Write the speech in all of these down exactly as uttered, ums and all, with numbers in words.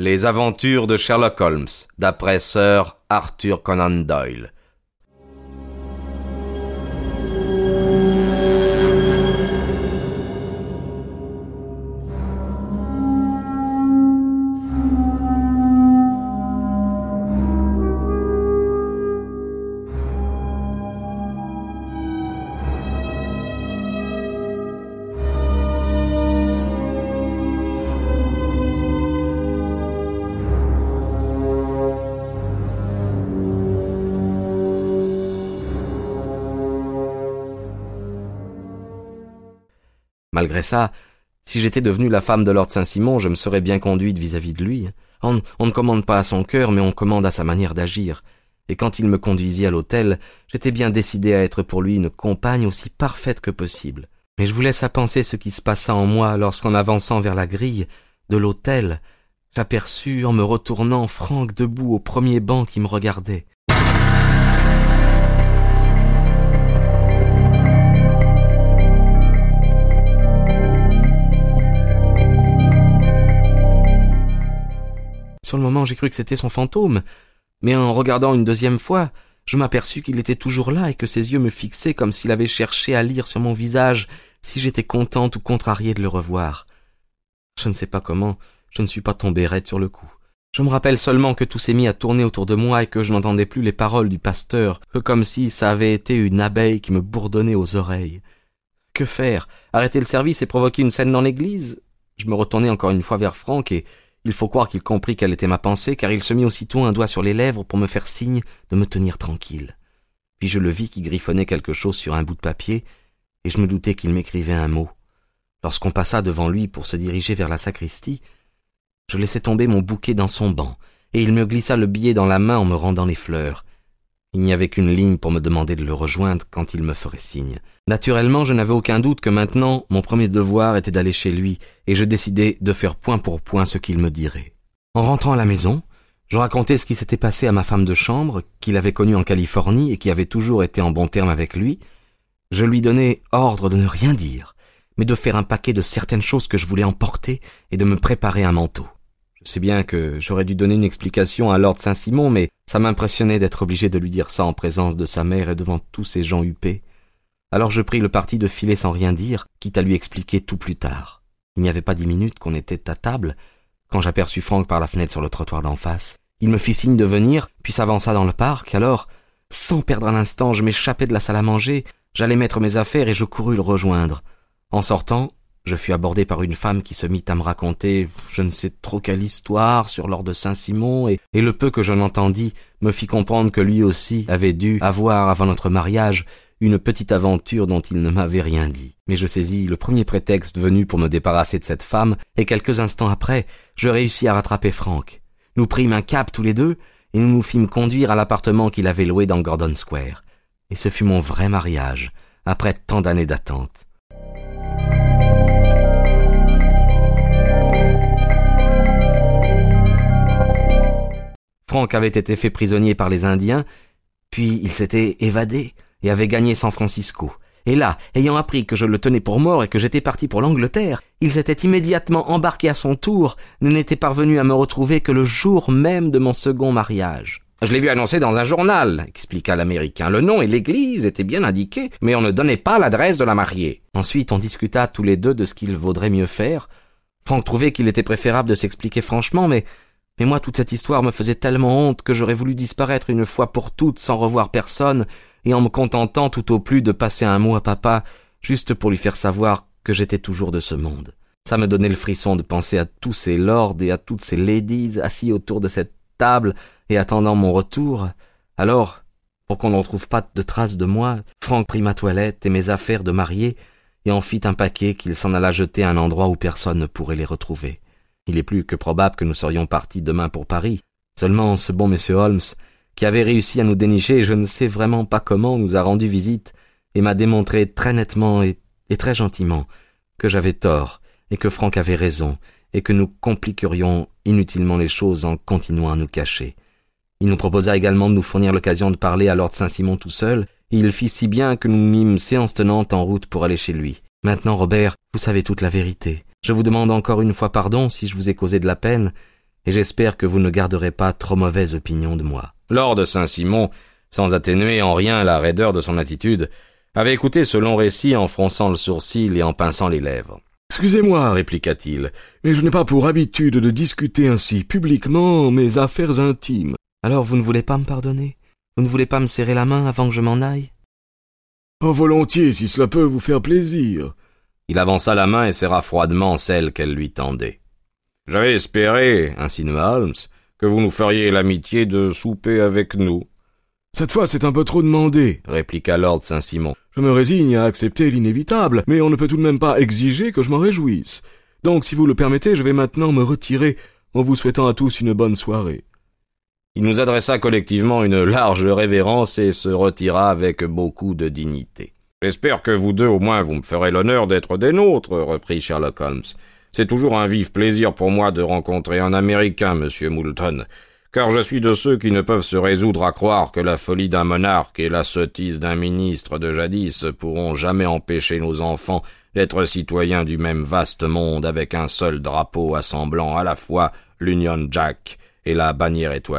Les aventures de Sherlock Holmes, d'après Sir Arthur Conan Doyle. Malgré ça, si j'étais devenue la femme de Lord Saint-Simon, je me serais bien conduite vis-à-vis de lui. On, on ne commande pas à son cœur, mais on commande à sa manière d'agir. Et quand il me conduisit à l'hôtel, j'étais bien décidée à être pour lui une compagne aussi parfaite que possible. Mais je vous laisse à penser ce qui se passa en moi lorsqu'en avançant vers la grille de l'hôtel, j'aperçus, en me retournant, Frank debout au premier banc qui me regardait. Sur le moment, j'ai cru que c'était son fantôme, mais en regardant une deuxième fois, je m'aperçus qu'il était toujours là et que ses yeux me fixaient comme s'il avait cherché à lire sur mon visage si j'étais contente ou contrariée de le revoir. Je ne sais pas comment, je ne suis pas tombée raide sur le coup. Je me rappelle seulement que tout s'est mis à tourner autour de moi et que je n'entendais plus les paroles du pasteur, que comme si ça avait été une abeille qui me bourdonnait aux oreilles. Que faire? Arrêter le service et provoquer une scène dans l'église? Je me retournai encore une fois vers Frank et il faut croire qu'il comprit quelle était ma pensée, car il se mit aussitôt un doigt sur les lèvres pour me faire signe de me tenir tranquille. Puis je le vis qui griffonnait quelque chose sur un bout de papier, et je me doutais qu'il m'écrivait un mot. Lorsqu'on passa devant lui pour se diriger vers la sacristie, je laissai tomber mon bouquet dans son banc, et il me glissa le billet dans la main en me rendant les fleurs. Il n'y avait qu'une ligne pour me demander de le rejoindre quand il me ferait signe. Naturellement, je n'avais aucun doute que maintenant, mon premier devoir était d'aller chez lui, et je décidai de faire point pour point ce qu'il me dirait. En rentrant à la maison, je racontai ce qui s'était passé à ma femme de chambre, qu'il avait connue en Californie et qui avait toujours été en bons termes avec lui. Je lui donnai ordre de ne rien dire, mais de faire un paquet de certaines choses que je voulais emporter et de me préparer un manteau. Je sais bien que j'aurais dû donner une explication à Lord Saint-Simon, mais ça m'impressionnait d'être obligé de lui dire ça en présence de sa mère et devant tous ces gens huppés. Alors je pris le parti de filer sans rien dire, quitte à lui expliquer tout plus tard. Il n'y avait pas dix minutes qu'on était à table, quand j'aperçus Frank par la fenêtre sur le trottoir d'en face. Il me fit signe de venir, puis s'avança dans le parc, alors, sans perdre un instant, je m'échappai de la salle à manger, j'allai mettre mes affaires et je courus le rejoindre. En sortant, je fus abordé par une femme qui se mit à me raconter je ne sais trop quelle histoire sur Lord de Saint-Simon et, et le peu que je l'entendis me fit comprendre que lui aussi avait dû avoir avant notre mariage une petite aventure dont il ne m'avait rien dit. Mais je saisis le premier prétexte venu pour me débarrasser de cette femme et quelques instants après, je réussis à rattraper Frank. Nous prîmes un cab tous les deux et nous nous fîmes conduire à l'appartement qu'il avait loué dans Gordon Square. Et ce fut mon vrai mariage, après tant d'années d'attente. Frank avait été fait prisonnier par les Indiens, puis il s'était évadé et avait gagné San Francisco. Et là, ayant appris que je le tenais pour mort et que j'étais parti pour l'Angleterre, il s'était immédiatement embarqué à son tour, ne n'était parvenu à me retrouver que le jour même de mon second mariage. « Je l'ai vu annoncer dans un journal », expliqua l'Américain. « Le nom et l'église étaient bien indiqués, mais on ne donnait pas l'adresse de la mariée. » Ensuite, on discuta tous les deux de ce qu'il vaudrait mieux faire. Frank trouvait qu'il était préférable de s'expliquer franchement, mais... Mais moi, toute cette histoire me faisait tellement honte que j'aurais voulu disparaître une fois pour toutes sans revoir personne et en me contentant tout au plus de passer un mot à papa, juste pour lui faire savoir que j'étais toujours de ce monde. Ça me donnait le frisson de penser à tous ces lords et à toutes ces ladies assis autour de cette table et attendant mon retour. Alors, pour qu'on n'en trouve pas de traces de moi, Frank prit ma toilette et mes affaires de mariée et en fit un paquet qu'il s'en alla jeter à un endroit où personne ne pourrait les retrouver. Il est plus que probable que nous serions partis demain pour Paris. Seulement ce bon monsieur Holmes, qui avait réussi à nous dénicher, je ne sais vraiment pas comment, nous a rendu visite et m'a démontré très nettement et, et très gentiment que j'avais tort et que Frank avait raison et que nous compliquerions inutilement les choses en continuant à nous cacher. Il nous proposa également de nous fournir l'occasion de parler à Lord Saint-Simon tout seul, et il fit si bien que nous mîmes séance tenante en route pour aller chez lui. Maintenant, Robert, vous savez toute la vérité. Je vous demande encore une fois pardon si je vous ai causé de la peine, et j'espère que vous ne garderez pas trop mauvaise opinion de moi. » Lord Saint-Simon, sans atténuer en rien la raideur de son attitude, avait écouté ce long récit en fronçant le sourcil et en pinçant les lèvres. « Excusez-moi, répliqua-t-il, mais je n'ai pas pour habitude de discuter ainsi publiquement mes affaires intimes. »« Alors vous ne voulez pas me pardonner? Vous ne voulez pas me serrer la main avant que je m'en aille ?»« Oh, volontiers, si cela peut vous faire plaisir. » Il avança la main et serra froidement celle qu'elle lui tendait. « J'avais espéré, insinua Holmes, que vous nous feriez l'amitié de souper avec nous. »« Cette fois, c'est un peu trop demandé, » répliqua Lord Saint-Simon. « Je me résigne à accepter l'inévitable, mais on ne peut tout de même pas exiger que je m'en réjouisse. Donc, si vous le permettez, je vais maintenant me retirer en vous souhaitant à tous une bonne soirée. » Il nous adressa collectivement une large révérence et se retira avec beaucoup de dignité. « J'espère que vous deux, au moins, vous me ferez l'honneur d'être des nôtres, » reprit Sherlock Holmes. « C'est toujours un vif plaisir pour moi de rencontrer un Américain, monsieur Moulton, car je suis de ceux qui ne peuvent se résoudre à croire que la folie d'un monarque et la sottise d'un ministre de jadis pourront jamais empêcher nos enfants d'être citoyens du même vaste monde avec un seul drapeau assemblant à la fois l'Union Jack et la bannière étoilée. »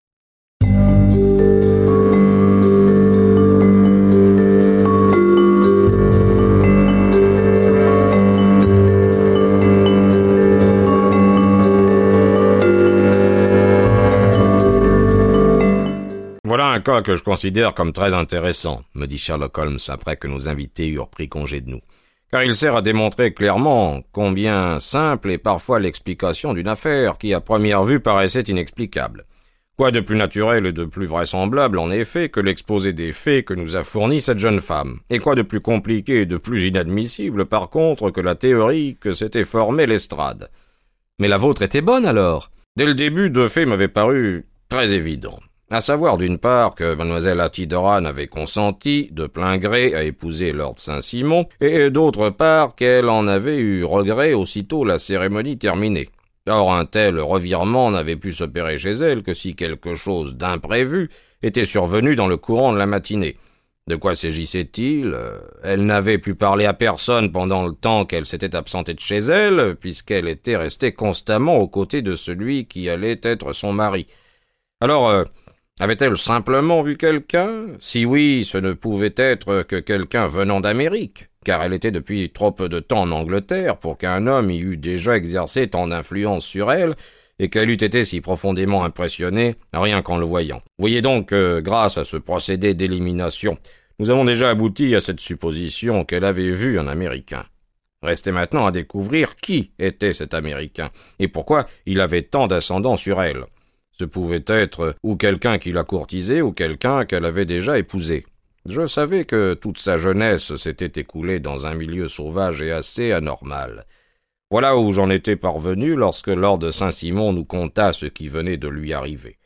Voilà un cas que je considère comme très intéressant, me dit Sherlock Holmes après que nos invités eurent pris congé de nous, car il sert à démontrer clairement combien simple est parfois l'explication d'une affaire qui à première vue paraissait inexplicable. Quoi de plus naturel et de plus vraisemblable, en effet, que l'exposé des faits que nous a fournis cette jeune femme, et quoi de plus compliqué et de plus inadmissible, par contre, que la théorie que s'était formée Lestrade. Mais la vôtre était bonne, alors? Dès le début, deux faits m'avaient paru très évidents. À savoir, d'une part, que mademoiselle Hattie Doran avait consenti, de plein gré, à épouser Lord Saint-Simon, et d'autre part, qu'elle en avait eu regret aussitôt la cérémonie terminée. Or, un tel revirement n'avait pu s'opérer chez elle que si quelque chose d'imprévu était survenu dans le courant de la matinée. De quoi s'agissait-il? Elle n'avait pu parler à personne pendant le temps qu'elle s'était absentée de chez elle, puisqu'elle était restée constamment aux côtés de celui qui allait être son mari. Alors, euh, avait-elle simplement vu quelqu'un? Si oui, ce ne pouvait être que quelqu'un venant d'Amérique, car elle était depuis trop peu de temps en Angleterre pour qu'un homme y eût déjà exercé tant d'influence sur elle, et qu'elle eût été si profondément impressionnée, rien qu'en le voyant. Vous voyez donc que, grâce à ce procédé d'élimination, nous avons déjà abouti à cette supposition qu'elle avait vu un Américain. Restait maintenant à découvrir qui était cet Américain, et pourquoi il avait tant d'ascendant sur elle. Ce pouvait être ou quelqu'un qui la courtisait, ou quelqu'un qu'elle avait déjà épousé. Je savais que toute sa jeunesse s'était écoulée dans un milieu sauvage et assez anormal. Voilà où j'en étais parvenu lorsque Lord Saint-Simon nous conta ce qui venait de lui arriver.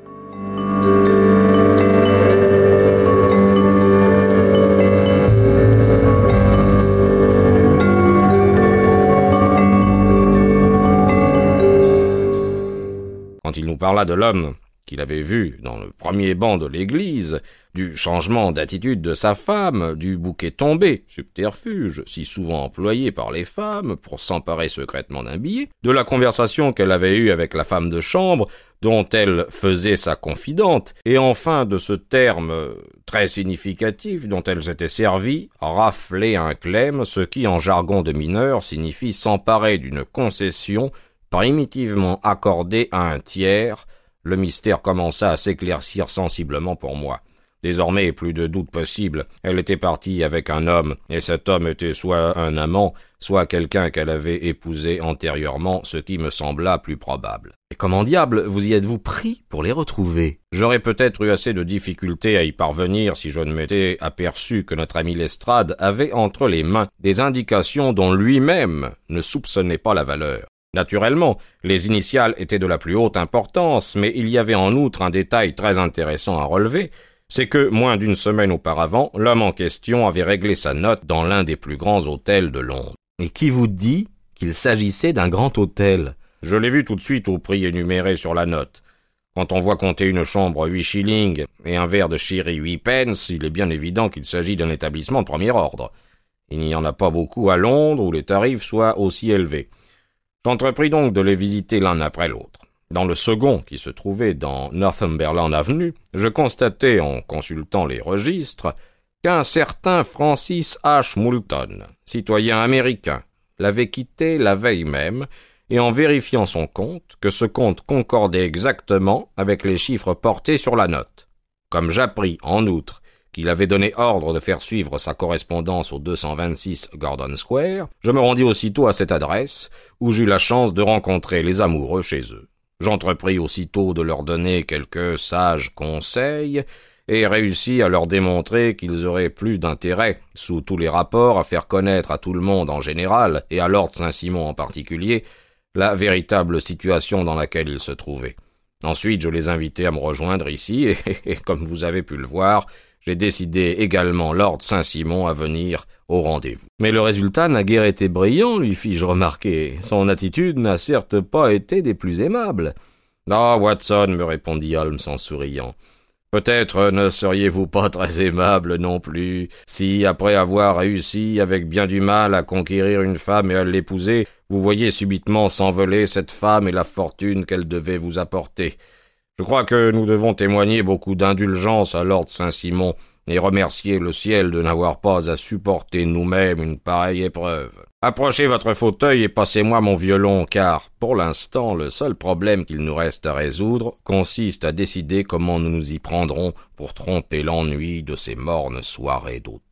Quand il nous parla de l'homme qu'il avait vu dans le premier banc de l'église, du changement d'attitude de sa femme, du bouquet tombé, subterfuge si souvent employé par les femmes pour s'emparer secrètement d'un billet, de la conversation qu'elle avait eue avec la femme de chambre, dont elle faisait sa confidente, et enfin de ce terme très significatif dont elle s'était servie, rafler un clem, ce qui en jargon de mineur signifie s'emparer d'une concession primitivement accordée à un tiers, le mystère commença à s'éclaircir sensiblement pour moi. Désormais, plus de doute possible, elle était partie avec un homme, et cet homme était soit un amant, soit quelqu'un qu'elle avait épousé antérieurement, ce qui me sembla plus probable. Et comment diable vous y êtes-vous pris pour les retrouver? J'aurais peut-être eu assez de difficultés à y parvenir si je ne m'étais aperçu que notre ami Lestrade avait entre les mains des indications dont lui-même ne soupçonnait pas la valeur. Naturellement, les initiales étaient de la plus haute importance, mais il y avait en outre un détail très intéressant à relever, c'est que, moins d'une semaine auparavant, l'homme en question avait réglé sa note dans l'un des plus grands hôtels de Londres. Et qui vous dit qu'il s'agissait d'un grand hôtel? Je l'ai vu tout de suite au prix énuméré sur la note. Quand on voit compter une chambre huit shillings et un verre de sherry huit pence, il est bien évident qu'il s'agit d'un établissement de premier ordre. Il n'y en a pas beaucoup à Londres où les tarifs soient aussi élevés. J'entrepris donc de les visiter l'un après l'autre. Dans le second, qui se trouvait dans Northumberland Avenue, je constatai, en consultant les registres, qu'un certain Francis H. Moulton, citoyen américain, l'avait quitté la veille même, et en vérifiant son compte, que ce compte concordait exactement avec les chiffres portés sur la note. Comme j'appris, en outre, qu'il avait donné ordre de faire suivre sa correspondance au deux cent vingt-six Gordon Square, je me rendis aussitôt à cette adresse, où j'eus la chance de rencontrer les amoureux chez eux. J'entrepris aussitôt de leur donner quelques sages conseils, et réussis à leur démontrer qu'ils auraient plus d'intérêt, sous tous les rapports, à faire connaître à tout le monde en général, et à Lord Saint-Simon en particulier, la véritable situation dans laquelle ils se trouvaient. Ensuite, je les invitai à me rejoindre ici, et, et, et comme vous avez pu le voir, j'ai décidé également Lord Saint-Simon à venir au rendez-vous. Mais le résultat n'a guère été brillant, lui fis-je remarquer. Son attitude n'a certes pas été des plus aimables. « Ah, Watson, me répondit Holmes en souriant. Peut-être ne seriez-vous pas très aimable non plus, si, après avoir réussi avec bien du mal à conquérir une femme et à l'épouser, vous voyez subitement s'envoler cette femme et la fortune qu'elle devait vous apporter. Je crois que nous devons témoigner beaucoup d'indulgence à Lord Saint-Simon et remercier le ciel de n'avoir pas à supporter nous-mêmes une pareille épreuve. Approchez votre fauteuil et passez-moi mon violon, car, pour l'instant, le seul problème qu'il nous reste à résoudre consiste à décider comment nous nous y prendrons pour tromper l'ennui de ces mornes soirées d'automne. »